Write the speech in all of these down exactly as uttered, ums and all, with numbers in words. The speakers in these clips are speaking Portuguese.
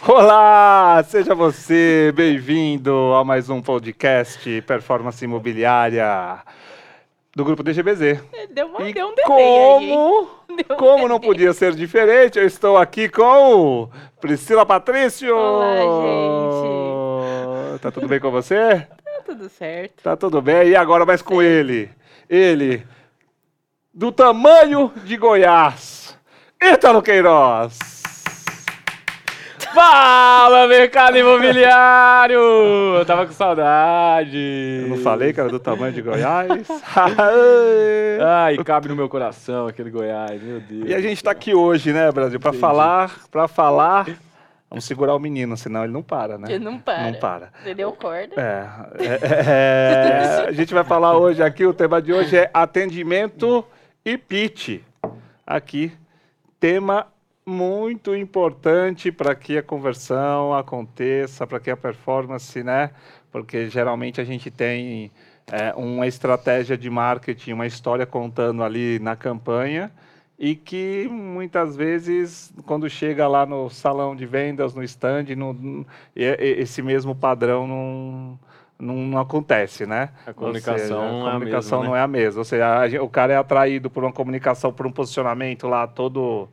Olá, seja você bem-vindo a mais um podcast Performance Imobiliária do Grupo D G B Z. Deu, uma, e deu um delay como, aí, deu um como delay. não podia ser diferente, eu estou aqui com Priscila Patrício. Olá, gente. Tá tudo bem com você? Tá tudo certo. Tá tudo bem. E agora mais com ele, ele, do tamanho de Goiás, Ítalo Queiroz. Fala, mercado imobiliário! Eu tava com saudade. Eu não falei que era do tamanho de Goiás? Ai, cabe no meu coração aquele Goiás, meu Deus. E a gente tá aqui hoje, né, Brasil, para falar, para falar... Vamos segurar o menino, senão ele não para, né? Ele não para. Não para. Ele deu corda. É, é, é, a gente vai falar hoje aqui, o tema de hoje é atendimento e pitch. Aqui, tema muito importante para que a conversão aconteça, para que a performance, né? Porque geralmente a gente tem é, uma estratégia de marketing, uma história contando ali na campanha e que muitas vezes, quando chega lá no salão de vendas, no stand, no, no, esse mesmo padrão não, não, não acontece, né? A comunicação, seja, não, a comunicação é a mesma, não né? é a mesma. Ou seja, a, o cara é atraído por uma comunicação, por um posicionamento lá todo...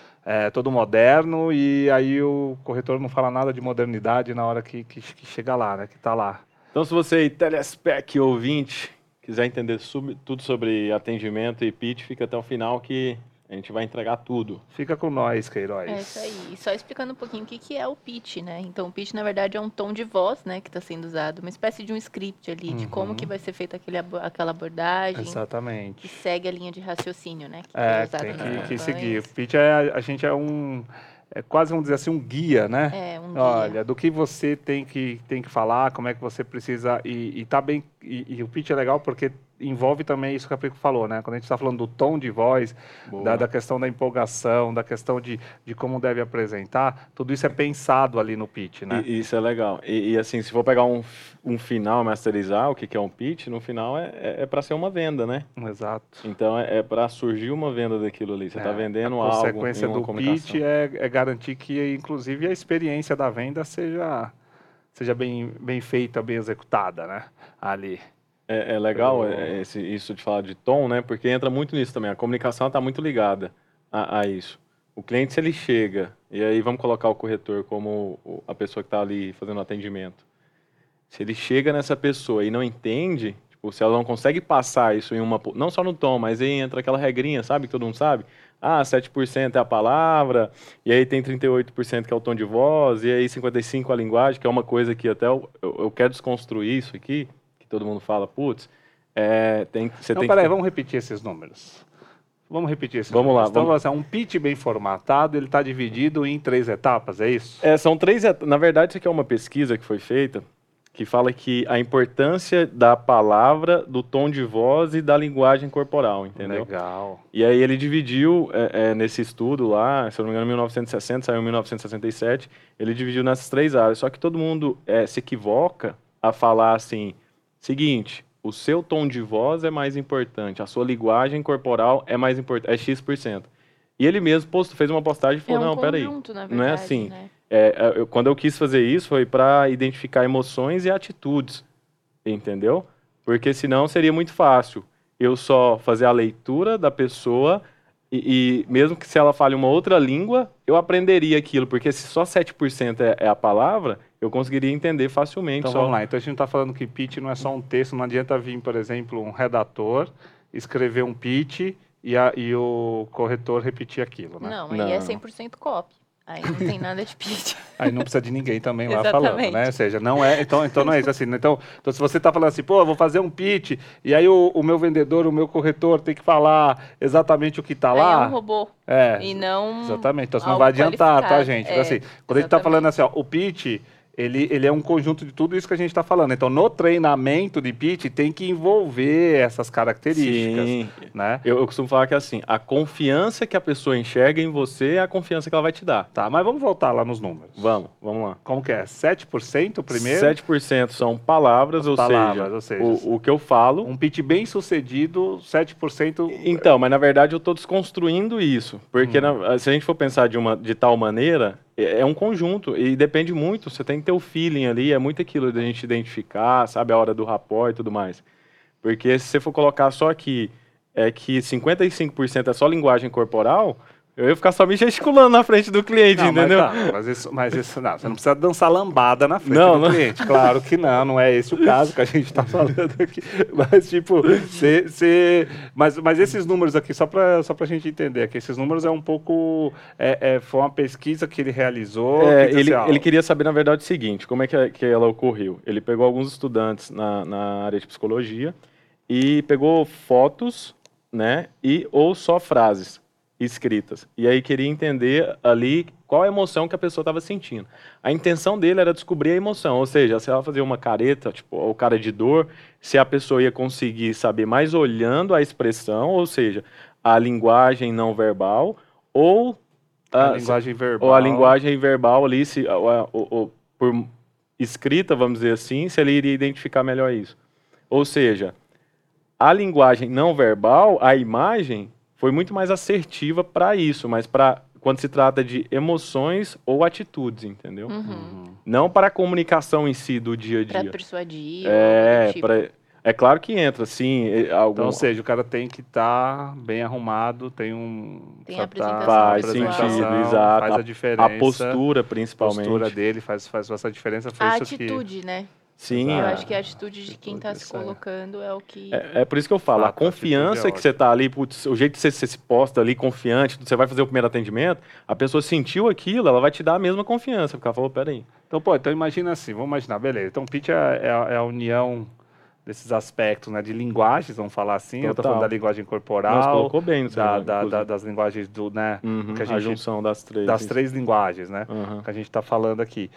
É, todo moderno, e aí o corretor não fala nada de modernidade na hora que, que, que chega lá, né? Que tá lá. Então, se você, telespec ouvinte, quiser entender sub, tudo sobre atendimento e pitch, fica até o final que a gente vai entregar tudo. Fica com nós, Queiroz. É isso aí. E só explicando um pouquinho o que, que é o pitch, né? Então, o pitch, na verdade, é um tom de voz, né? Que está sendo usado. Uma espécie de um script ali, Uhum. de como que vai ser feita aquele, aquela abordagem. Exatamente. Que segue a linha de raciocínio, né? Que É, é usada tem nas que, que campanhas. seguir. O pitch é, a gente é um, é quase, vamos dizer assim, um guia, né? É, um guia. Olha, do que você tem que, tem que falar, como é que você precisa, e, e tá bem, e, e o pitch é legal porque envolve também isso que a Pico falou, né? Quando a gente está falando do tom de voz, da, da questão da empolgação, da questão de, de como deve apresentar, tudo isso é pensado ali no pitch, né? E, isso é legal. E, e assim, se for pegar um, um final, masterizar o que, que é um pitch, no final é, é, é para ser uma venda, né? Exato. Então é, é para surgir uma venda daquilo ali. Você está É, vendendo a algo. consequência em uma do comunicação. pitch é, é garantir que, inclusive, a experiência da venda seja, seja bem, bem feita, bem executada, né? Ali. É, é legal Eu- é, esse, isso de falar de tom, né? Porque entra muito nisso também. A comunicação está muito ligada a, a isso. O cliente, se ele chega, e aí vamos colocar o corretor como o- a pessoa que está ali fazendo o atendimento. Se ele chega nessa pessoa e não entende, tipo, se ela não consegue passar isso em uma... po- Não só no tom, mas aí entra aquela regrinha, sabe? Que todo mundo sabe. Ah, sete por cento é a palavra, e aí tem trinta e oito por cento que é o tom de voz, e aí cinquenta e cinco por cento a linguagem, que é uma coisa que até eu, eu, eu quero desconstruir isso aqui, que todo mundo fala, putz, é, tem, você Então, tem peraí, que... vamos repetir esses números. Vamos repetir esses Vamos números. lá, Então, vamos- assim, um pitch bem formatado, ele está dividido em três etapas, é isso? É, são três... et- Na verdade, isso aqui é uma pesquisa que foi feita, que fala que a importância da palavra, do tom de voz e da linguagem corporal, entendeu? Legal. E aí ele dividiu é, é, nesse estudo lá, se eu não me engano, em mil novecentos e sessenta, saiu em mil novecentos e sessenta e sete, ele dividiu nessas três áreas. Só que todo mundo é, se equivoca a falar assim, seguinte, o seu tom de voz é mais importante, a sua linguagem corporal é mais importante, é X por cento. E ele mesmo posto, fez uma postagem e É falou, um não, peraí, conjunto, na não é verdade, assim. né? É, eu- quando eu quis fazer isso foi para identificar emoções e atitudes, entendeu? Porque senão seria muito fácil eu só fazer a leitura da pessoa e, e mesmo que se ela fale uma outra língua, eu aprenderia aquilo, porque se só sete por cento é, é a palavra, eu conseguiria entender facilmente. Então só... vamos lá. Então a gente não está falando que pitch não é só um texto, não adianta vir, por exemplo, um redator, escrever um pitch e, a, e o corretor repetir aquilo, né? Não, aí Não. é cem por cento copy. Aí não tem nada de pitch. Aí não precisa de ninguém também lá Exatamente. falando, né? Ou seja, não é, então, então não é isso assim. Então, então se você está falando assim, pô, eu vou fazer um pitch, e aí o, o meu vendedor, o meu corretor tem que falar exatamente o que está Aí lá. é um robô. É, E não. exatamente. Então você não algo vai adiantar, tá, qualificado. gente? É, Então, assim, quando a gente está exatamente. falando assim, ó, o pitch, ele, ele é um conjunto de tudo isso que a gente está falando. Então, no treinamento de pitch, tem que envolver essas características, Sim. né? Eu, eu costumo falar que é assim, a confiança que a pessoa enxerga em você é a confiança que ela vai te dar. Tá, mas vamos voltar lá nos números. Vamos, vamos lá. Como que é? sete por cento primeiro? sete por cento são palavras, ou, palavras, seja, ou seja, o, o que eu falo. Um pitch bem sucedido, sete por cento... Então, mas na verdade eu estou desconstruindo isso. Porque Hum. na- se a gente for pensar de, uma, de tal maneira, é um conjunto e depende muito, você tem que ter o feeling ali, é muito aquilo da gente identificar, sabe, a hora do rapport e tudo mais. Porque se você for colocar só aqui, é que cinquenta e cinco por cento é só linguagem corporal, eu ia ficar só me gesticulando na frente do cliente, não, entendeu? Mas, tá, mas, isso, mas isso, não, você não precisa dançar lambada na frente Não, do não. cliente. Claro que não, não é esse o caso que a gente está falando aqui. Mas, tipo, cê, cê, mas, mas esses números aqui, só para só a gente entender, que esses números é um pouco... É, é, foi uma pesquisa que ele realizou. É, que, ele, assim, ó, ele queria saber, na verdade, o seguinte, como é que, que ela ocorreu? Ele pegou alguns estudantes na, na área de psicologia e pegou fotos, né, e, ou só frases escritas. E aí queria entender ali qual a emoção que a pessoa estava sentindo. A intenção dele era descobrir a emoção, ou seja, se ela fazia uma careta, tipo, o cara de dor, se a pessoa ia conseguir saber mais olhando a expressão, ou seja, a linguagem não verbal, ou a, a, linguagem verbal. ou a linguagem verbal ali, se, ou, ou, ou, por escrita, vamos dizer assim, se ele iria identificar melhor isso. Ou seja, a linguagem não verbal, a imagem, foi muito mais assertiva para isso, mas para quando se trata de emoções ou atitudes, entendeu? Uhum. Não para a comunicação em si do dia a dia. Pra persuadir. É, ou, tipo... pra, é claro que entra, sim. Algum... Então, ou seja, o cara tem que estar tá bem arrumado, tem um... Tem a tá, faz apresentação sentido, exato. Faz a diferença. A postura, principalmente. A postura dele faz, faz essa diferença. Foi a isso atitude, que... né? Sim. Eu é. acho que a atitude de quem está se Isso é. colocando é o que... É, é por isso que eu falo, Fato, a confiança a que você tá ali, putz, o jeito que você, você se posta ali, confiante, você vai fazer o primeiro atendimento, a pessoa sentiu aquilo, ela vai te dar a mesma confiança, porque ela falou, peraí. Então, pô, então imagina assim, vamos imaginar, beleza. Então, o pitch é, é, a, é a união desses aspectos, né, de linguagens, vamos falar assim. Total. Eu tô falando da linguagem corporal, Nossa, colocou bem no da, seu da, nome, da, das linguagens do, né, uhum, que a, a, gente, junção das três. das isso. três linguagens, né, Uhum. que a gente está falando aqui.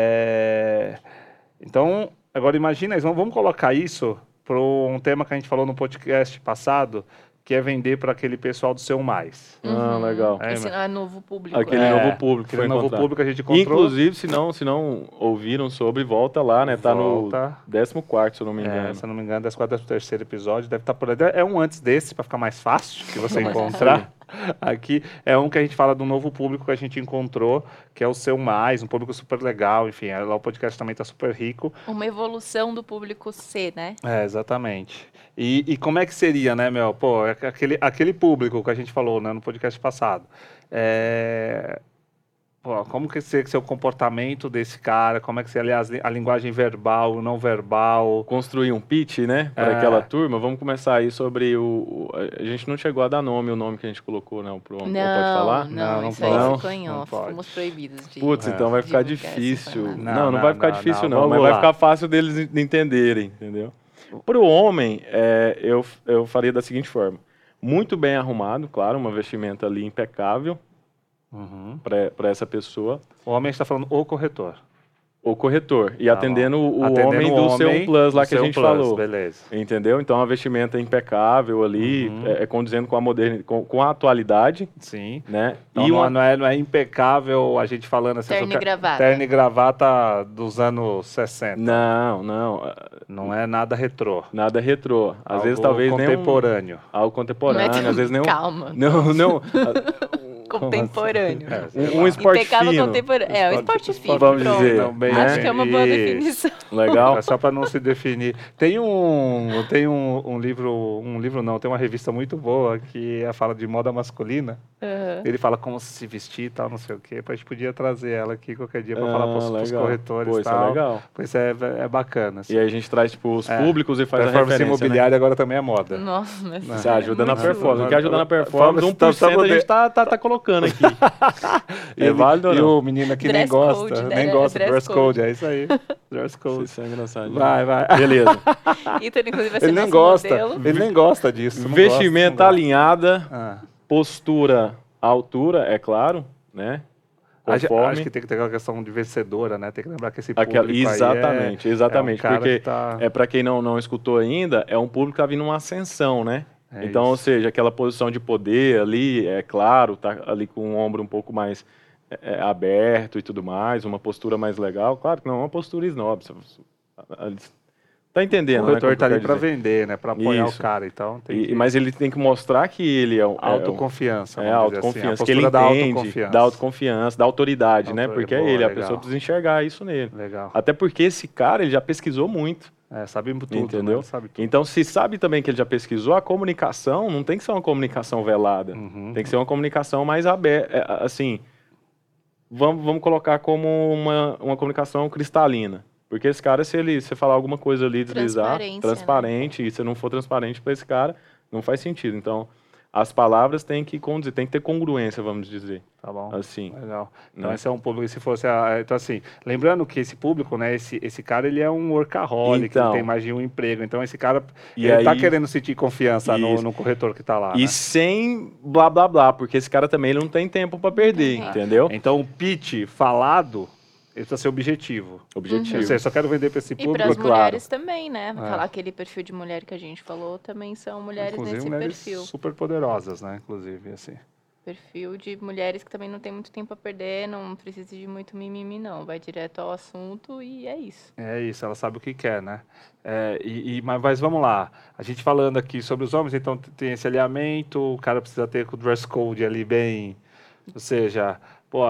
É... Então, agora imagina, vamos colocar isso para um tema que a gente falou no podcast passado, que é vender para aquele pessoal do Seu Mais. Ah, legal. É, Esse mas- é novo público. Aquele né? novo público que Aquele foi novo encontrado. público que a gente encontrou. Inclusive, se não, se não ouviram sobre, volta lá, né? Tá Volta. no décimo quarto, se eu não me engano. É, se eu não me engano, desse quatro décimo terceiro episódio, deve estar por aí. É um antes desse, para ficar mais fácil de você Mais encontrar. Aqui é um que a gente fala do novo público que a gente encontrou, que é o Seu Mais, um público super legal, enfim, lá o podcast também está super rico. Uma evolução do público C, né? É, exatamente. E, e como é que seria, né, Mel? Pô, é aquele, aquele público que a gente falou, né, no podcast passado. É... Pô, como que seria seu comportamento desse cara? Como é que seria, aliás, a linguagem verbal, o não verbal? Construir um pitch, né? Para É. aquela turma. Vamos começar aí sobre o, o- A gente não chegou a dar nome, o nome que a gente colocou, né? Pro, pode falar? Não, Não, não, não isso pode. aí ficou em Não off. pode. Fomos proibidos de... Putz, É. então vai ficar divulgar essa difícil. informação. Não, Não, não, vai não, ficar não, difícil, não. não. Mas Vamos vai lá. ficar fácil deles en- entenderem, entendeu? Para o homem, é, eu, eu faria da seguinte forma. Muito bem arrumado, claro, uma vestimenta ali impecável Uhum. para essa pessoa. O homem está falando o corretor. O corretor. E Tá atendendo o Atendendo homem o do homem seu Plus lá do que a Seu gente Plus, falou. Beleza. Entendeu? Então a vestimenta impecável ali, Uhum. é, é condizendo com a modernidade, com, com a atualidade, Sim. né? Então e não, uma... não, é, não é impecável a gente falando assim. Terno só e que- gravata. Terno e gravata dos anos sessenta. Não, não. Não é nada retrô. Nada retrô. Às Algo vezes talvez nem um, contemporâneo. algo contemporâneo, Mas- às vezes nem um... Calma. Não, não. Contemporâneo. É, sei Um, um lá. esporte Impecável fino. contemporâneo. É, o esporte fino, vamos pronto. dizer, Não, bem, Acho né? que é uma boa Isso. definição. Legal. É só para não se definir. Tem um, tem um, um livro, um livro não, tem uma revista muito boa que é- fala de moda masculina. Aham. Ele fala como se vestir e tal, não sei o quê. A gente podia trazer ela aqui qualquer dia para Ah, falar para os legal. corretores Pô, e isso é tal. legal. Pois é, é bacana. Assim. E aí a gente traz tipo, os É. públicos e faz a Performance referência, né? imobiliária agora também é moda. Nossa, mas Você ajuda na muito- performance. O que ajuda na performance, Performance, um por cento tá- a gente tá, tá, tá colocando aqui. É Ele- válido ou E não? o menino aqui nem Dress gosta, code, nem né? gosta do Dress dress code. code, é isso aí. Dress code. Isso é engraçado. Vai, vai. Beleza. Ítalo, inclusive, vai ser Ele nem nosso gosta, modelo. ele nem gosta disso. não Vestimenta gosta, não gosta. alinhada, Ah. postura à altura, é claro, né? Acho, Conforme acho que tem que ter aquela questão de vencedora, né? Tem que lembrar que esse público aquela, aí é- exatamente, exatamente, é um cara porque que tá- é para quem não, não escutou ainda, é um público que tá vindo uma ascensão, né? É então, ou isso. seja, aquela posição de poder ali, é claro, tá ali com o ombro um pouco mais é, é, aberto e tudo mais, uma postura mais legal, claro que não é uma postura snob, você- Tá entendendo, O né? corretor como tá eu ali quero para dizer? vender, né? Para apoiar Isso. o cara, então tem E- que... Mas ele tem que mostrar que ele é um... é um- autoconfiança, É, vamos dizer autoconfiança, assim. A que ele postura da entende, autoconfiança. da autoconfiança, da autoridade, né? Autor- Porque é boa, ele, a legal. pessoa precisa enxergar isso nele. Legal. Até porque esse cara, ele já pesquisou muito, É, sabe tudo, entendeu? né? Sabe tudo. Então, se sabe também que ele já pesquisou, a comunicação não tem que ser uma comunicação velada. Uhum. Tem que ser uma comunicação mais aberta, assim... Vamos, vamos colocar como uma, uma comunicação cristalina. Porque esse cara, se ele se falar alguma coisa ali, deslizar, Transparência, transparente, e se não for transparente para esse cara, não faz sentido. Então, as palavras têm que conduzir, tem que ter congruência, vamos dizer. Tá bom. Assim. Legal. Então Né? esse é um público, se fosse a, então assim, lembrando que esse público, né, esse, esse cara ele é um workaholic, Então. ele tem mais de um emprego, então esse cara E ele tá aí- querendo sentir confiança no, Isso. no corretor que tá lá, E né? sem blá blá blá, porque esse cara também ele não tem tempo para perder, tem. entendeu? Então o pitch falado, ele precisa ser objetivo. Objetivo. Eu sei, só quero vender para esse E público, para as claro. mulheres também, né? É. Aquela, aquele perfil de mulher que a gente falou também são mulheres inclusive nesse mulheres perfil. super poderosas, né, inclusive, assim. Perfil de mulheres que também não tem muito tempo a perder, não precisa de muito mimimi, não. Vai direto ao assunto e é isso. É isso, ela sabe o que quer, né? É, e, e- mas, mas vamos lá, a gente falando aqui sobre os homens, então t- tem esse alinhamento, o cara precisa ter com o dress code ali bem, ou seja, pô,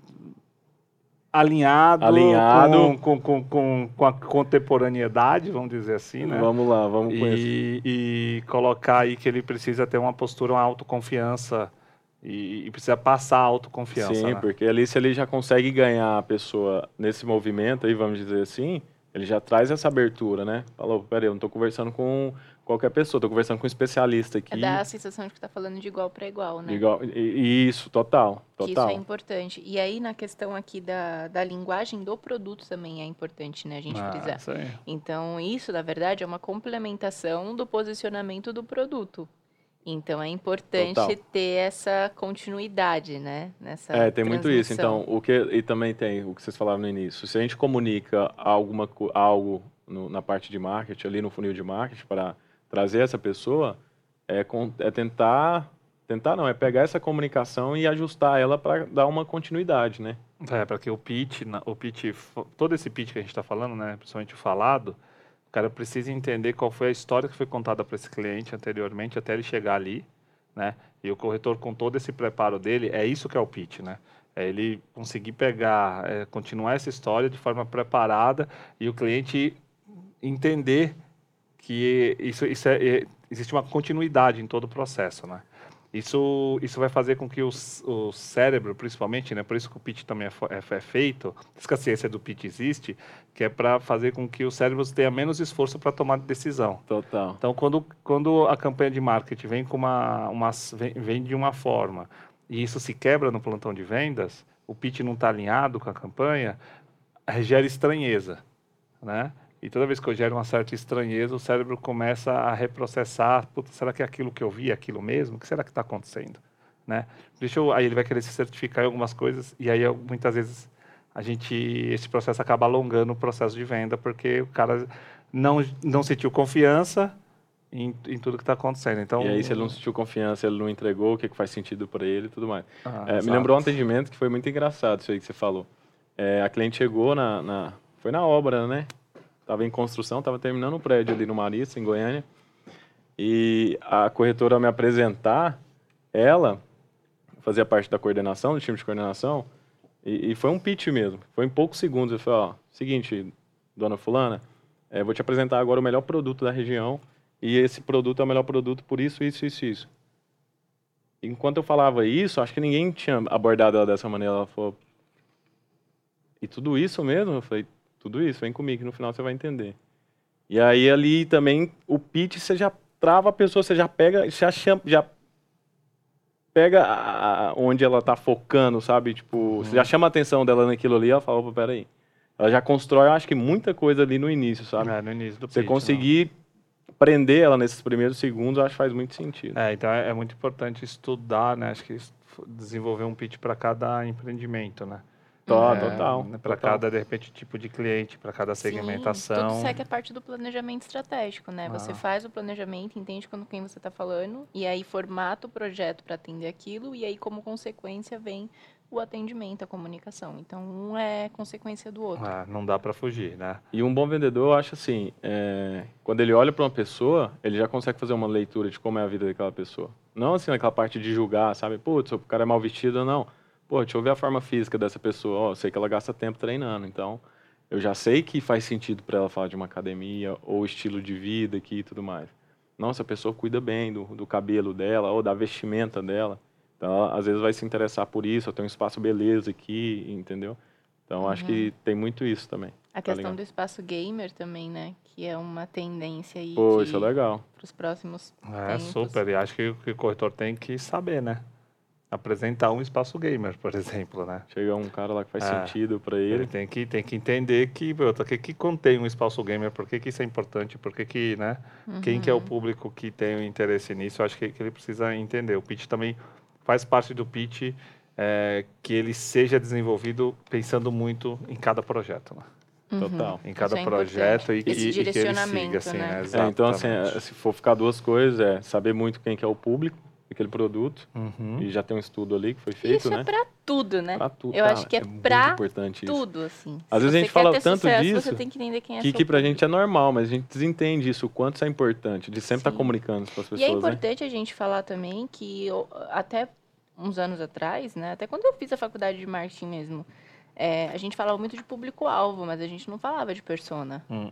alinhado, Alinhado. Com, com, com, com, com a contemporaneidade, vamos dizer assim, né? Vamos lá, vamos com isso. E, e colocar aí que ele precisa ter uma postura, uma autoconfiança, e, e precisa passar a autoconfiança, Sim, né? porque ali se ele já consegue ganhar a pessoa nesse movimento aí, vamos dizer assim, ele já traz essa abertura, né? Falou, peraí, eu não tô conversando com qualquer pessoa, tô conversando com um especialista aqui. É dar a sensação de que tá falando de igual para igual, né? Igual, e- e isso, total, Que isso total. é importante. E aí, na questão aqui da, da linguagem do produto também é importante, né? A gente Ah, frisar. isso aí. Então, isso, na verdade, é uma complementação do posicionamento do produto. Então, é importante Total. ter essa continuidade, né? Nessa É, tem muito isso. transmissão. Então, o que e também tem o que vocês falaram no início. Se a gente comunica alguma co- algo no- na parte de marketing, ali no funil de marketing, para trazer essa pessoa, é, com- é tentar, tentar não, é pegar essa comunicação e ajustar ela para dar uma continuidade, né? É, para que o pitch, na- o pitch, fo- todo esse pitch que a gente está falando, né, principalmente o falado, o cara precisa entender qual foi a história que foi contada para esse cliente anteriormente até ele chegar ali, né? E o corretor com todo esse preparo dele, é isso que é o pitch, né? É ele conseguir pegar, é, continuar essa história de forma preparada e o cliente entender que isso, isso é, é- existe uma continuidade em todo o processo, né? Isso, isso vai fazer com que o, c- o cérebro, principalmente, né? Por isso que o pitch também é, fo- é, é feito, por isso que a ciência do pitch existe, que é para fazer com que o cérebro tenha menos esforço para tomar decisão. Total. Então, quando, quando a campanha de marketing vem, com uma, uma, vem, vem de uma forma e isso se quebra no plantão de vendas, o pitch não está alinhado com a campanha, eh, gera estranheza, né? E toda vez que eu gero uma certa estranheza, o cérebro começa a reprocessar. Puta, será que é aquilo que eu vi é aquilo mesmo? O que será que está acontecendo? Né? Deixa eu, aí ele vai querer se certificar em algumas coisas e aí eu- muitas vezes a gente esse processo acaba alongando o processo de venda porque o cara não, não sentiu confiança em, em tudo que está acontecendo. Então, E aí, se ele não sentiu confiança, ele não entregou, o que, que faz sentido para ele e tudo mais. Ah, É, me exato. lembrou um atendimento que foi muito engraçado, isso aí que você falou. É, a cliente chegou na, na- Foi na obra, né? Tava em construção, tava terminando um prédio ali no Marista, em Goiânia. E a corretora ao me apresentar, ela fazia parte da coordenação, do time de coordenação, e, e foi um pitch mesmo. Foi em poucos segundos. Eu falei, ó, seguinte, dona fulana, é, vou te apresentar agora o melhor produto da região, e esse produto é o melhor produto por isso, isso, isso, isso. Enquanto eu falava isso, acho que ninguém tinha abordado ela dessa maneira. Ela falou, e tudo isso mesmo? Eu falei, tudo isso, vem comigo, que no final você vai entender. E aí ali também, o pitch, você já trava a pessoa, você já pega, já chama, já pega a- a- onde ela tá focando, sabe? Tipo, você já chama a atenção dela naquilo ali, ela fala, opa, peraí. Ela já constrói, eu acho que muita coisa ali no início, sabe? É, no início do Você pitch, conseguir prender ela nesses primeiros segundos, eu acho que faz muito sentido. não. É, então é, é muito importante estudar, né? Acho que es- desenvolver um pitch para cada empreendimento, né? Tó- É, total. Para total. cada, de repente, tipo de cliente, para cada Sim, segmentação. tudo segue a parte do planejamento estratégico, né? Você Ah. faz o planejamento, entende com quem você está falando, e aí formata o projeto para atender aquilo, e aí, como consequência, vem o atendimento, a comunicação. Então, um é consequência do outro. Ah, não dá para fugir, né? E um bom vendedor, eu acho assim, é, quando ele olha para uma pessoa, ele já consegue fazer uma leitura de como é a vida daquela pessoa. Não assim, naquela parte de julgar, sabe? Putz, o cara é mal vestido ou não. Pô, deixa eu ver a forma física dessa pessoa. Ó, eu sei que ela gasta tempo treinando, então eu já sei que faz sentido para ela falar de uma academia ou estilo de vida aqui e tudo mais. Nossa, a pessoa cuida bem do, do cabelo dela ou da vestimenta dela. Então, ela, às vezes vai se interessar por isso. Eu tenho um espaço beleza aqui, entendeu? Então, acho que tem muito isso também. A Tá questão ligado? do espaço gamer também, né? Que é uma tendência aí Pô, que isso é legal. para os próximos É, tempos. super. E acho que, o- que o corretor tem que saber, né? Apresentar um espaço gamer, por exemplo, né? Chega um cara lá que faz É. sentido para Ele ele. tem que, tem que entender que, o que, que contém um espaço gamer, por que, que isso é importante, por que, que né? Quem que é o público que tem o interesse nisso, eu acho que, que ele precisa entender. O pitch também faz parte do pitch, é, que ele seja desenvolvido pensando muito em cada projeto, né? Total. Em cada Isso é projeto e, importante. que, Esse e que ele siga, direcionamento, assim, né? né? É, então, assim, Exatamente. é, se for ficar duas coisas, é saber muito quem que é o público daquele produto. Uhum. E já tem um estudo ali que foi feito, Isso né? é pra tudo, né? Pra tudo, Eu cara, acho que é, é muito pra importante isso. tudo, assim. Às Se vezes a você gente quer fala ter tanto sucesso, disso você tem que entender quem é que, seu que pra público. gente é normal, mas a gente desentende isso, o quanto isso é importante, de sempre estar Sim. comunicando isso para as E é pessoas, né? importante a gente falar também que eu- até uns anos atrás, né? Até quando eu fiz a faculdade de marketing mesmo, é, a gente falava muito de público-alvo, mas a gente não falava de persona, Hum.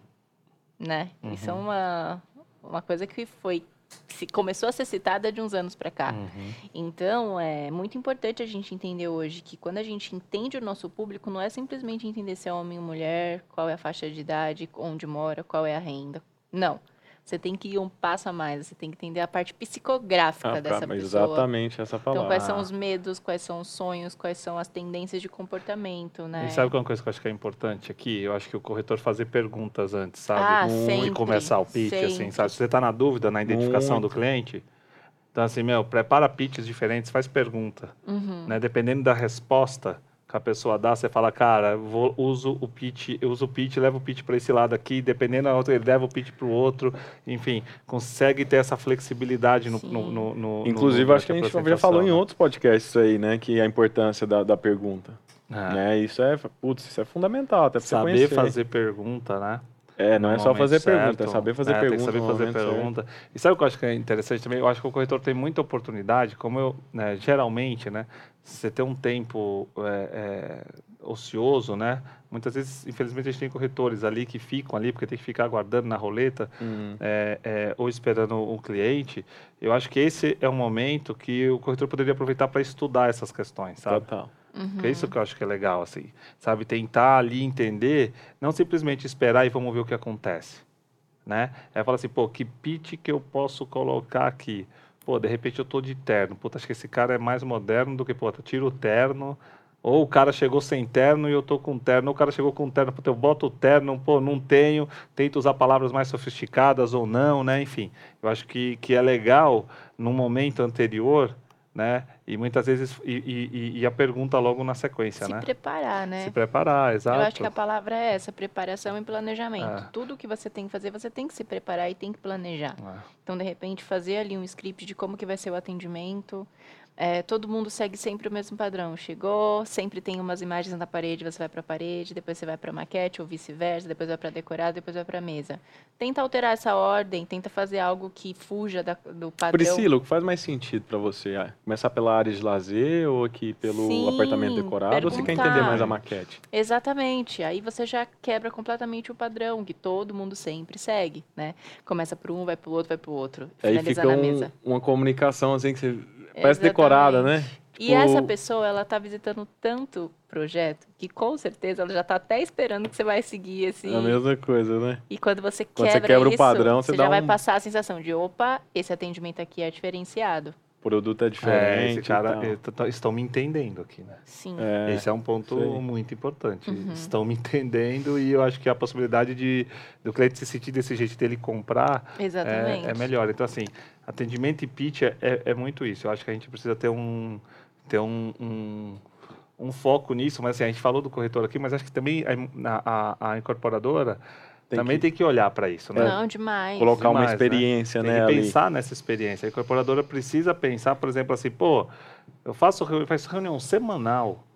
né? Isso é uma, uma coisa que foi se começou a ser citada de uns anos para cá. Uhum. Então, é muito importante a gente entender hoje que quando a gente entende o nosso público, não é simplesmente entender se é homem ou mulher, qual é a faixa de idade, onde mora, qual é a renda. Não. Você tem que ir um passo a mais, você tem que entender a parte psicográfica Ah, dessa cara, mas pessoa. exatamente essa Então, palavra. quais são os medos, quais são os sonhos, quais são as tendências de comportamento, né? E sabe qual é uma coisa que eu acho que é importante aqui? Eu acho que o corretor fazer perguntas antes, sabe? Ah, E sempre, começar o pitch, assim, sempre. sabe? Se você está na dúvida na identificação do Muito. cliente, então assim, meu, prepara pitches diferentes, faz pergunta. Uhum. Né? Dependendo da resposta que a pessoa dá, você fala, cara, eu vou, uso o pitch, eu uso o pitch, levo o pitch para esse lado aqui, dependendo da outra, ele leva o pitch para o outro, enfim, consegue ter essa flexibilidade no, Sim. no, no, no Inclusive, no, acho que a gente já apresentação, falou em né? outros podcasts aí, né? Que a importância da, da pergunta. É. Né? Isso é, putz, isso é fundamental, até pra você Saber conhecer. fazer pergunta, né? É, não no é só momento fazer pergunta, é certo. saber fazer É, pergunta. Tem que saber no fazer momento certo. pergunta. E sabe o que eu acho que é interessante também? Eu acho que o corretor tem muita oportunidade, como eu, né, geralmente, né? Você tem um tempo é, é, ocioso, né? Muitas vezes, infelizmente, a gente tem corretores ali que ficam ali, porque tem que ficar aguardando na roleta, Uhum. é, é, ou esperando um cliente. Eu acho que esse é um momento que o corretor poderia aproveitar para estudar essas questões, sabe? Total. Que é isso que eu acho que é legal, assim, sabe? Tentar ali entender, não simplesmente esperar e vamos ver o que acontece, né? É falar assim, pô, que pitch que eu posso colocar aqui? Pô, de repente eu tô de terno, puta, acho que esse cara é mais moderno do que, pô, tira o terno, ou o cara chegou sem terno e eu tô com terno, ou o cara chegou com terno, puta, eu boto o terno, pô, não tenho, tento usar palavras mais sofisticadas ou não, né? Enfim, eu acho que, que é legal, num momento anterior, né? E muitas vezes, e, e, e a pergunta logo na sequência, Se né? preparar, né? Se preparar, exato. Eu acho que a palavra é essa, preparação e planejamento. Ah. Tudo que você tem que fazer, você tem que se preparar e tem que planejar. Ah. Então, de repente, fazer ali um script de como que vai ser o atendimento. É, todo mundo segue sempre o mesmo padrão. Chegou, sempre tem umas imagens na parede, você vai para a parede, depois você vai para a maquete ou vice-versa, depois vai para decorado, depois vai para a mesa. Tenta alterar essa ordem, tenta fazer algo que fuja da, do padrão. Priscila, o que faz mais sentido pra você? Ah, começar pela área de lazer ou aqui pelo Sim, apartamento decorado? Ou você quer entender perguntar. mais a maquete? Exatamente. Aí você já quebra completamente o padrão que todo mundo sempre segue, né? Começa por um, vai pro outro, vai pro outro. Aí Finaliza fica na um- mesa. uma comunicação assim que você parece decorada, né? Exatamente. E Tipo, essa pessoa, ela tá visitando tanto projeto que com certeza ela já tá até esperando que você vai seguir esse. É a mesma coisa, né? E quando você Quando você quebra quebra o isso, padrão, você você dá já vai um- passar a sensação de, opa, esse atendimento aqui é diferenciado. O produto é É, diferente. esse cara, e tal. eh, t- t- estão me entendendo aqui, né? Sim. É, Esse é um ponto isso aí. muito importante. Uhum. Estão me entendendo e eu acho que a possibilidade de do cliente se sentir desse jeito, dele comprar, Exatamente. é, é melhor. Então, assim, atendimento e pitch é, é, é muito isso. Eu acho que a gente precisa ter um, ter um, um, um foco nisso. Mas, assim, a gente falou do corretor aqui, mas acho que também a, a, a incorporadora Tem também que- tem que olhar para isso, né? Não, demais. Colocar uma Demais, né? experiência, Tem né, que ali. pensar nessa experiência. A incorporadora precisa pensar, por exemplo, assim, pô, eu faço, reu- eu faço reunião semanal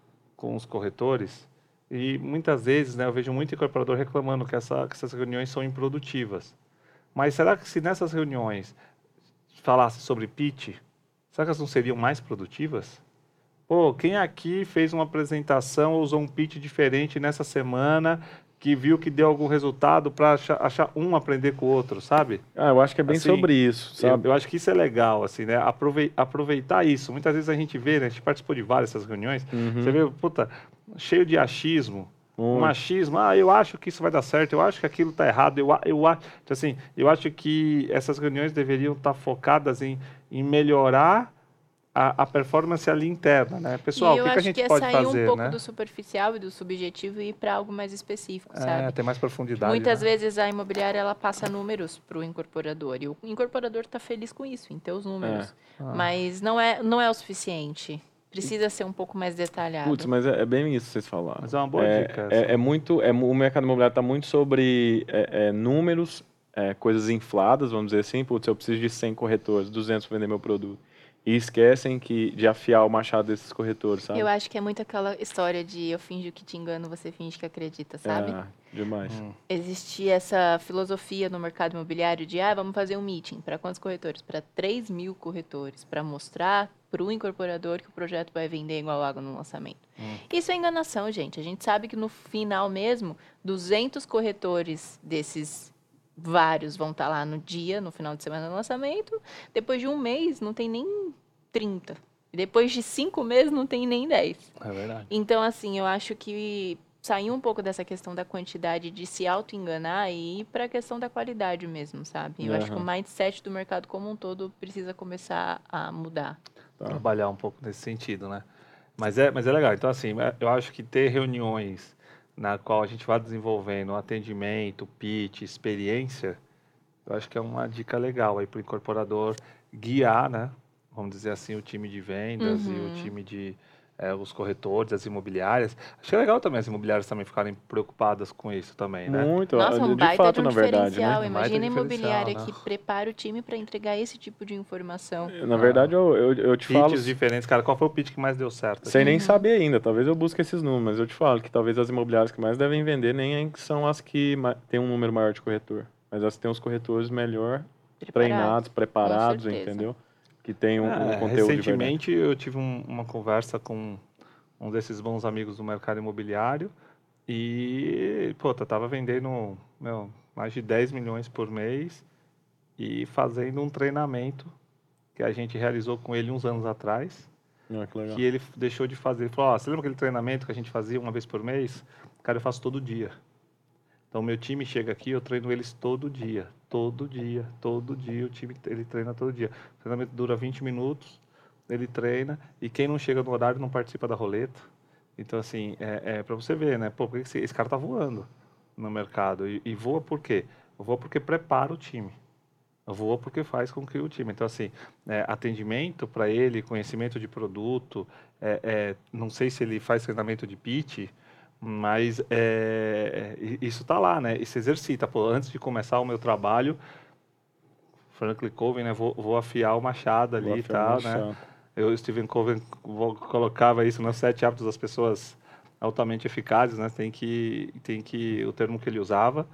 com os corretores e muitas vezes, né, eu vejo muito incorporador reclamando que, essa, que essas reuniões são improdutivas. Mas será que se nessas reuniões falasse sobre pitch, será que elas não seriam mais produtivas? Pô, quem aqui fez uma apresentação ou usou um pitch diferente nessa semana que viu que deu algum resultado para achar, achar um aprender com o outro, sabe? Ah, eu acho que é bem Assim, sobre isso, sabe? Eu, eu acho que isso é legal, assim, né? Aprovei, aproveitar isso. Muitas vezes a gente vê, né? A gente participou de várias dessas reuniões, Uhum. você vê, puta, cheio de achismo, Muito. um achismo, ah, eu acho que isso vai dar certo, eu acho que aquilo está errado, eu, a- eu, a- então, assim, eu acho que essas reuniões deveriam estar focadas em, em melhorar a, a performance ali interna, né? Pessoal, e o eu que, que a acho gente que é pode sair fazer, um pouco né? do superficial e do subjetivo e ir para algo mais específico, É, sabe? ter mais profundidade, Muitas né? vezes a imobiliária ela passa números para o incorporador e o incorporador está feliz com isso, em ter os números, Ah. mas não é, não é o suficiente. Precisa ser um pouco mais detalhado. Putz, mas é, é bem isso que vocês falaram. Mas é uma boa é, dica É, essa. é muito, é, mu- o mercado imobiliário está muito sobre é, é, números, é, coisas infladas, vamos dizer assim. Putz, eu preciso de cem corretores, duzentos para vender meu produto. E esquecem que, de afiar o machado desses corretores, sabe? Eu acho que é muito aquela história de eu finjo que te engano, você finge que acredita, sabe? É, demais. Hum. Existia essa filosofia no mercado imobiliário de, ah, vamos fazer um meeting. Para quantos corretores? Para três mil corretores, para mostrar para o incorporador que o projeto vai vender igual água no lançamento. Hum. Isso é enganação, gente. A gente sabe que no final mesmo, duzentos corretores desses vários vão estar lá no dia, no final de semana do lançamento. Depois de um mês, não tem nem trinta. E depois de cinco meses, não tem nem dez. É verdade. Então, assim, eu acho que sair um pouco dessa questão da quantidade de se auto-enganar e ir para a questão da qualidade mesmo, sabe? Eu acho que o Aham. mindset do mercado como um todo precisa começar a mudar. Tá. Trabalhar um pouco nesse sentido, né? Mas é, mas é legal. Então, assim, é- eu acho que ter reuniões na qual a gente vai desenvolvendo atendimento, pitch, experiência, eu acho que é uma dica legal aí para o incorporador guiar, né? Vamos dizer assim, o time de vendas e o Uhum. time de eh, os corretores, as imobiliárias. Acho que é legal também as imobiliárias também ficarem preocupadas com isso também, né? Muito, Nossa, um de baita fato, de um na verdade, diferencial. né? Um baita Imagina a imobiliária diferencial, que né? prepara o time para entregar esse tipo de informação. Na verdade, eu, eu, eu te falo, Pitches diferentes. Cara, qual foi o pitch que mais deu certo? sem nem Uhum. saber ainda, talvez eu busque esses números, mas eu te falo que talvez as imobiliárias que mais devem vender nem são as que ma- têm um número maior de corretor, mas as que têm os corretores melhor treinados, preparados, certeza. entendeu? Que tem um, um Ah, conteúdo de verdade. recentemente eu tive um- uma conversa com um desses bons amigos do mercado imobiliário e, pô, eu tava vendendo, meu, mais de dez milhões por mês e fazendo um treinamento que a gente realizou com ele uns anos atrás, Ah, que legal. que ele deixou de fazer. Ele falou, ó, você lembra aquele treinamento que a gente fazia uma vez por mês? Cara, eu faço todo dia. Então, meu time chega aqui, eu treino eles todo dia, todo dia, todo dia, o time ele treina todo dia. O treinamento dura vinte minutos, ele treina, e quem não chega no horário não participa da roleta. Então, assim, é, é para você ver, né? Pô, por que esse, esse cara tá voando no mercado? E, e voa por quê? Voa porque prepara o time. Voa porque faz com que o time. Então, assim, é, atendimento para ele, conhecimento de produto, é, é, não sei se ele faz treinamento de pitch, mas é, i- isso está lá, né? E se exercita. Pô, antes de começar o meu trabalho, Franklin Covey, né? Vou, vou afiar o machado ali Vou e afirmar tal, né? o chão. Eu, Stephen Covey, vo- colocava isso nos sete hábitos das pessoas altamente eficazes, né? Tem que, tem que, o termo que ele usava.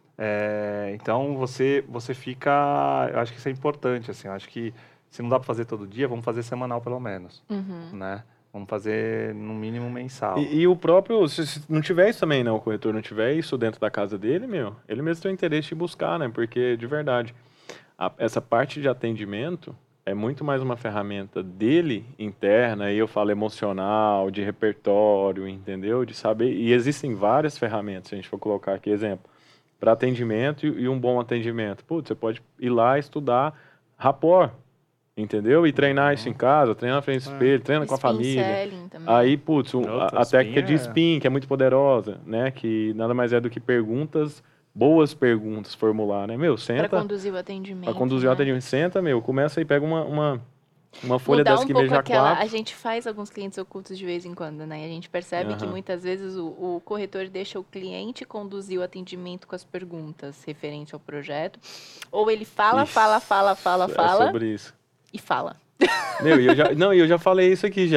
É, então você, você fica, eu acho que isso é importante, assim. Eu acho que se não dá para fazer todo dia, vamos fazer semanal pelo menos, Uhum. né? Vamos fazer no mínimo mensal. E, e o próprio, se, se não tiver isso também, né, o corretor não tiver isso dentro da casa dele, meu, ele mesmo tem o interesse de buscar, né, porque, de verdade, a- essa parte de atendimento é muito mais uma ferramenta dele, interna, aí eu falo emocional, de repertório, entendeu? De saber, e existem várias ferramentas, se a gente for colocar aqui exemplo, para atendimento e, e um bom atendimento. Putz, você pode ir lá estudar rapport, entendeu? E treinar isso em casa, treinar na frente do É. espelho, treina com a Spin família. selling também. Aí, putz, o- Outra, a, a técnica spin de é- spin, que é muito poderosa, né? Que nada mais é do que perguntas, boas perguntas formular, né? Meu, Para senta, conduzir o atendimento. pra conduzir o né? atendimento, senta, meu, começa e pega uma, uma, uma folha Mudar dessa um que pouco veja aquela. quatro. A gente faz alguns clientes ocultos de vez em quando, né? E a gente percebe que Aham. muitas vezes o, o corretor deixa o cliente conduzir o atendimento com as perguntas referente ao projeto. Ou ele fala, Isso, fala, fala, fala, É fala sobre isso. e fala. Meu, e eu já, não, e eu já falei isso aqui já.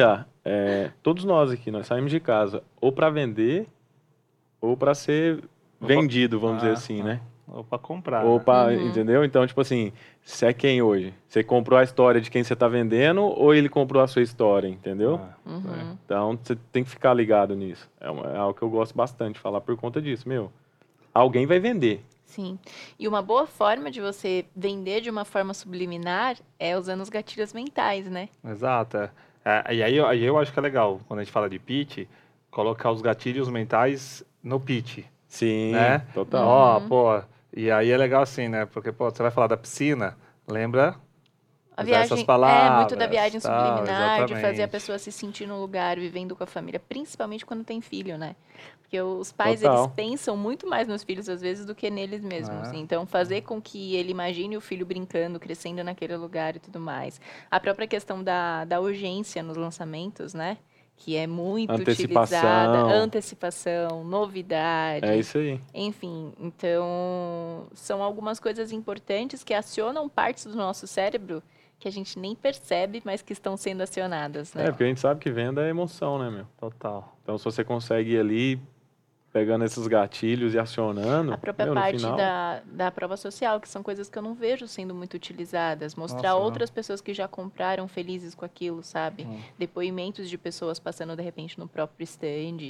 é, todos nós aqui, nós saímos de casa ou para vender ou para ser vendido, vamos Ah, dizer assim, ah. né? Ou para comprar. Ou né? pra, Uhum. entendeu? Então, tipo assim, você é quem hoje? Você comprou a história de quem você tá vendendo ou ele comprou a sua história, entendeu? Ah, Uhum. Então, você tem que ficar ligado nisso. É, uma- é algo que eu gosto bastante de falar por conta disso, meu. Alguém vai vender. Sim. E uma boa forma de você vender de uma forma subliminar é usando os gatilhos mentais, né? Exato. É. É, e aí, eu- aí eu acho que é legal, quando a gente fala de pitch, colocar os gatilhos mentais no pitch, Sim, né? total. Ó, Uhum. pô, e aí é legal assim, né? Porque, pô, você vai falar da piscina, lembra? A Usar essas viagem é muito da palavras, viagem tal, subliminar, de fazer a exatamente. pessoa se sentir no lugar, vivendo com a família, principalmente quando tem filho, né? Porque os pais, eles Total. pensam muito mais nos filhos, às vezes, do que neles mesmos. Ah, Então, fazer com que ele imagine o filho brincando, crescendo naquele lugar e tudo mais. A própria questão da, da urgência nos lançamentos, né? Que é muito utilizada. Antecipação. Antecipação, É novidade. isso aí. Enfim, então são algumas coisas importantes que acionam partes do nosso cérebro que a gente nem percebe, mas que estão sendo acionadas, É, né? porque a gente sabe que venda é emoção, né, meu? total. Então, se você consegue ir ali pegando esses gatilhos e A acionando, própria meu, no parte final, da, da prova social, que são coisas que eu não vejo sendo muito utilizadas. Mostrar Nossa, não. outras pessoas que já compraram felizes com aquilo, sabe? Hum. Depoimentos de pessoas passando, de repente, no próprio stand.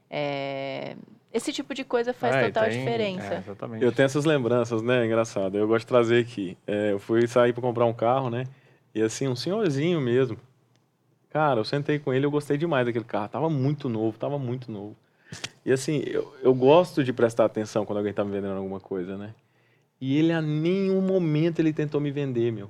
É, esse tipo de coisa faz É, e total tem, é, diferença. exatamente. eu tenho essas lembranças, né? Engraçado. Eu gosto de trazer aqui. É, eu fui sair para comprar um carro, né? E assim, um senhorzinho mesmo. Cara, eu sentei com ele, eu gostei demais daquele carro. Tava muito novo, tava muito novo. E assim, eu, eu gosto de prestar atenção quando alguém tá me vendendo alguma coisa, né? E ele a nenhum momento ele tentou me vender, meu.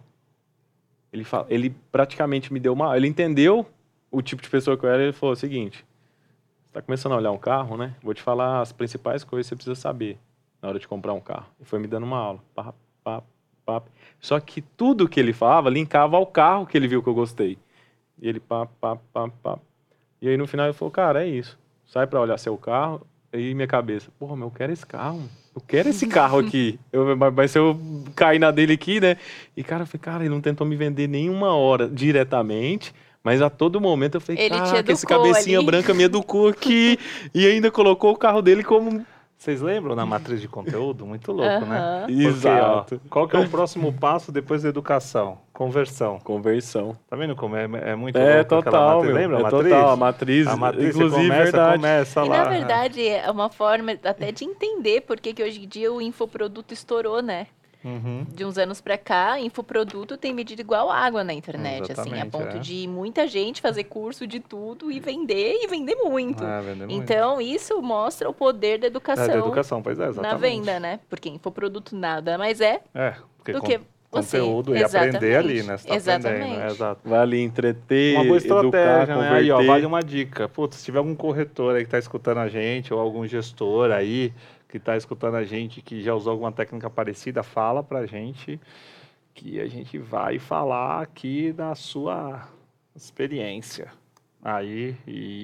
Ele, fa- ele praticamente me deu uma. Ele entendeu o tipo de pessoa que eu era e ele falou o seguinte: você tá começando a olhar um carro, né? Vou te falar as principais coisas que você precisa saber na hora de comprar um carro. E foi me dando uma aula. Pá, pá, pá. Só que tudo que ele falava linkava ao carro que ele viu que eu gostei. E ele pá, pá, pá, pá. E aí no final ele falou, cara, é isso. Sai pra olhar seu carro. Aí minha cabeça, porra, mas eu quero esse carro. Eu quero esse carro aqui. Eu, mas mas se eu cair na dele aqui, né? E cara, eu falei, cara, ele não tentou me vender nenhuma hora diretamente. Mas a todo momento eu falei, Ele te caraca, esse educou cabecinha ali. branca me educou aqui. E ainda colocou o carro dele como... Vocês lembram na matriz de conteúdo? Muito louco, né? Aham. Porque, ó, Exato. qual que é o próximo passo depois da educação? Conversão. Conversão. Tá vendo como é, é muito É louco aquela total, matriz? meu. Lembra a É matriz? total. A matriz, A matriz, você inclusive, começa, verdade. começa E lá. na verdade é uma forma até de entender por que que hoje em dia o infoproduto estourou, né? Uhum. De uns anos pra cá, infoproduto tem medido igual água na internet, assim, a Exatamente, ponto é. de muita gente fazer curso de tudo e vender e vender muito. É, vender muito. Então, isso mostra o poder da É, educação, da educação, pois é, na exatamente. venda, né? Porque infoproduto nada mais é É, porque do con- que você. conteúdo e aprender ali, né? Você tá Exatamente. aprendendo, é, exato. Vale entreter, Uma boa educar, estratégia, né? Aí, ó, converter. vale uma dica. Putz, se tiver algum corretor aí que tá escutando a gente, ou algum gestor aí que tá escutando a gente, que já usou alguma técnica parecida, fala pra gente que a gente vai falar aqui da sua experiência. Aí,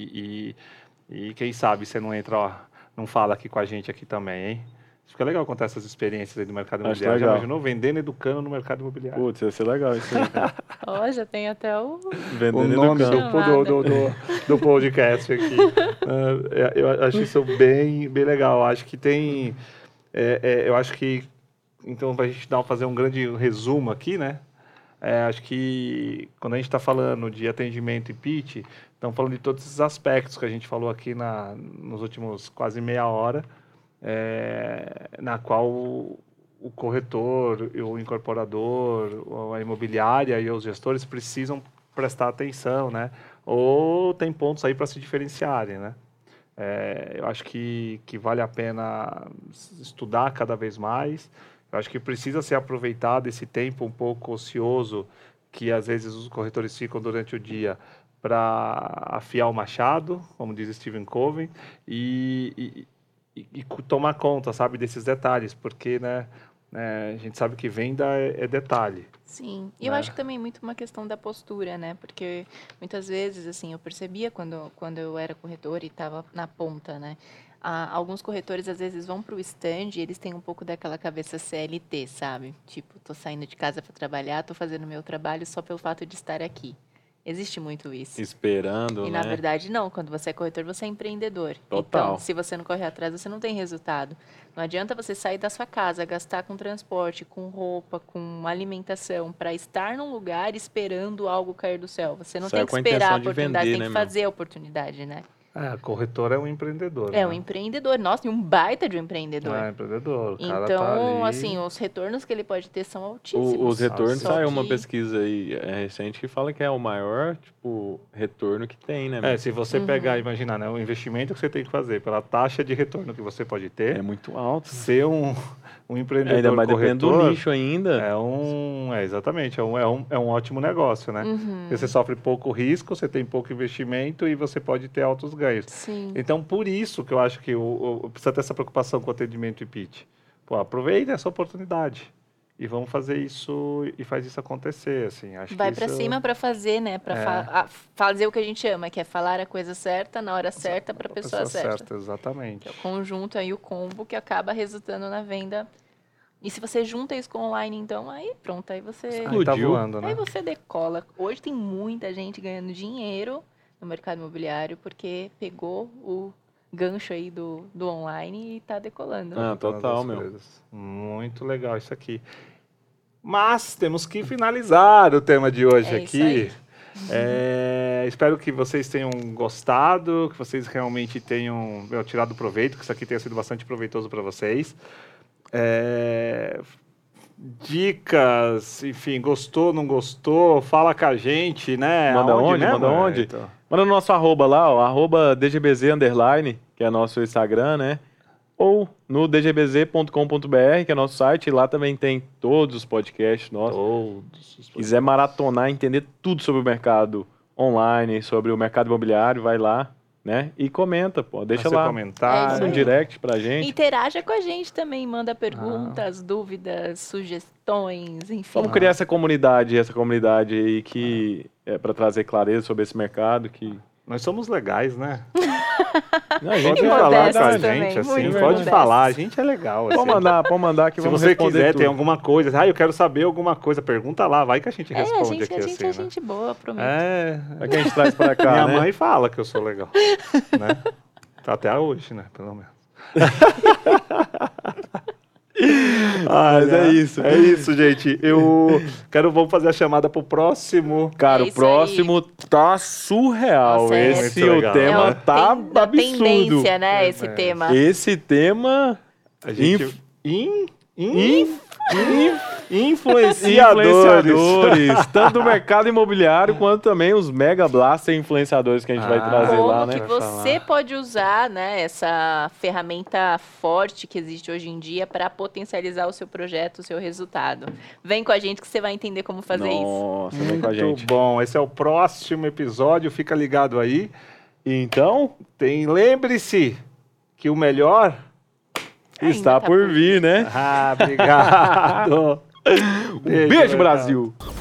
e, e, e quem sabe você não entra, ó, não fala aqui com a gente aqui também, hein? Fica legal contar essas experiências aí do mercado Acho imobiliário. Já legal. imaginou vendendo e educando no mercado imobiliário? Putz, ia ser legal isso aí, cara. Ó, já tem até o. O Vendendo e nome do, educando. do, do, do, do podcast aqui. É, eu acho isso bem, bem legal. Acho que tem. é, é, eu acho que. Então, para a gente dar, fazer um grande resumo aqui, né? É, acho que quando a gente está falando de atendimento e pitch, estamos falando de todos esses aspectos que a gente falou aqui na, nos últimos quase meia hora, é, na qual o, o corretor, o incorporador, ou a imobiliária e os gestores precisam prestar atenção, né? Ou tem pontos aí para se diferenciarem, né? É, eu acho que, que vale a pena estudar cada vez mais. Eu acho que precisa ser aproveitado esse tempo um pouco ocioso que às vezes os corretores ficam durante o dia para afiar o machado, como diz Stephen Covey, e, e, e, e tomar conta, sabe, desses detalhes, porque, né, né, a gente sabe que venda é, é detalhe. Sim, e eu Né? acho que também é muito uma questão da postura, né? Porque muitas vezes, assim, eu percebia quando, quando eu era corretora e estava na ponta, né? Ah, alguns corretores, às vezes, vão para o stand e eles têm um pouco daquela cabeça C L T, sabe? Tipo, tô saindo de casa para trabalhar, tô fazendo meu trabalho só pelo fato de estar aqui. Existe muito isso. Esperando, E né? na verdade não, quando você é corretor, você é empreendedor. Total. Então, se você não correr atrás, você não tem resultado. Não adianta você sair da sua casa, gastar com transporte, com roupa, com alimentação, para estar num lugar esperando algo cair do céu. Você não Saiu tem que com a esperar a intenção de oportunidade, vender, tem que né, meu? fazer a oportunidade, né? É, corretor é um empreendedor. É né? um empreendedor, nossa, e um baita de um empreendedor. É, empreendedor. O cara Então, tá ali... assim, os retornos que ele pode ter são altíssimos. O- os retornos, Só saiu uma que- pesquisa aí é, recente que fala que é o maior, tipo, retorno que tem, né? É, se você pegar, imaginar, né, o investimento que você tem que fazer pela taxa de retorno que você pode ter, É muito alto. ser um, um empreendedor Ainda mais corretor, dependendo do nicho ainda. é um, é exatamente, é um, é um, é um ótimo negócio, né? Uhum. Porque você sofre pouco risco, você tem pouco investimento e você pode ter altos ganhos. Sim. Então, por isso que eu acho que o, o, precisa ter essa preocupação com o atendimento e pitch. Pô, aproveita essa oportunidade e vamos fazer isso e faz isso acontecer, assim. Acho Vai que pra isso... cima pra fazer, né? Pra É. fa- a- fazer o que a gente ama, que é falar a coisa certa na hora certa pra pessoa, certa. Exatamente. É o conjunto aí, o combo que acaba resultando na venda. E se você junta isso com online, então, aí pronto, aí você, Aí tá Explodiu. voando, né? aí você decola. Hoje tem muita gente ganhando dinheiro no mercado imobiliário porque pegou o gancho aí do, do online e tá decolando. Ah, total, As meu. coisas. Muito legal isso aqui. Mas temos que finalizar o tema de hoje É isso aqui. aí. É, espero que vocês tenham gostado, que vocês realmente tenham meu, tirado proveito, que isso aqui tenha sido bastante proveitoso para vocês. É, dicas, enfim, gostou, não gostou, fala com a gente, né? Manda Aonde onde? mesmo, Manda onde? Então? Manda no nosso arroba lá, ó, arroba D G B Z underline, que é nosso Instagram, né? Ou no d g b z ponto com ponto b r, que é nosso site, e lá também tem todos os podcasts nossos. Todos os Se quiser maratonar, entender tudo sobre o mercado online, sobre o mercado imobiliário, vai lá, né? E comenta, pô, deixa Seu lá. É comentário. isso Manda um aí. direct pra gente. Interaja com a gente também, manda perguntas, dúvidas, sugestões, enfim. Vamos criar essa comunidade, essa comunidade aí que é para trazer clareza sobre esse mercado que Nós somos legais, né? Não, a Pode gente E falar com a modestos também, gente, assim, muito pode modestos. falar, a gente é legal. Assim. pode mandar, pode mandar que Se vamos você responder quiser, tudo. tem alguma coisa, ah, eu quero saber alguma coisa, pergunta lá, vai que a gente É, responde a gente, aqui a gente assim, é né? gente boa, prometo. É, É que a gente traz pra cá, minha né? mãe fala que eu sou legal, né? Tá até hoje, né, pelo menos. Mas é isso. É isso, gente. Eu quero, vamos fazer a chamada pro próximo. Cara, É o isso próximo tá surreal. Nossa, é Esse muito o legal, tema né? tá Tem da absurdo. tendência, né, esse É, tema. Esse tema A gente... Inf- In... In... Inf- Influenciadores. influenciadores, tanto do mercado imobiliário quanto também os mega blaster influenciadores que a gente vai Ah, trazer Como lá, que né? Vai você falar. pode usar, né, essa ferramenta forte que existe hoje em dia para potencializar o seu projeto, o seu resultado. Vem com a gente que você vai entender como fazer isso. Nossa, vem com a Muito gente. bom. Esse é o próximo episódio. Fica ligado aí. Então, Tem, lembre-se que o melhor... Ainda está tá por por vir, né? Ah, obrigado. Beijo, Beijo, Brasil!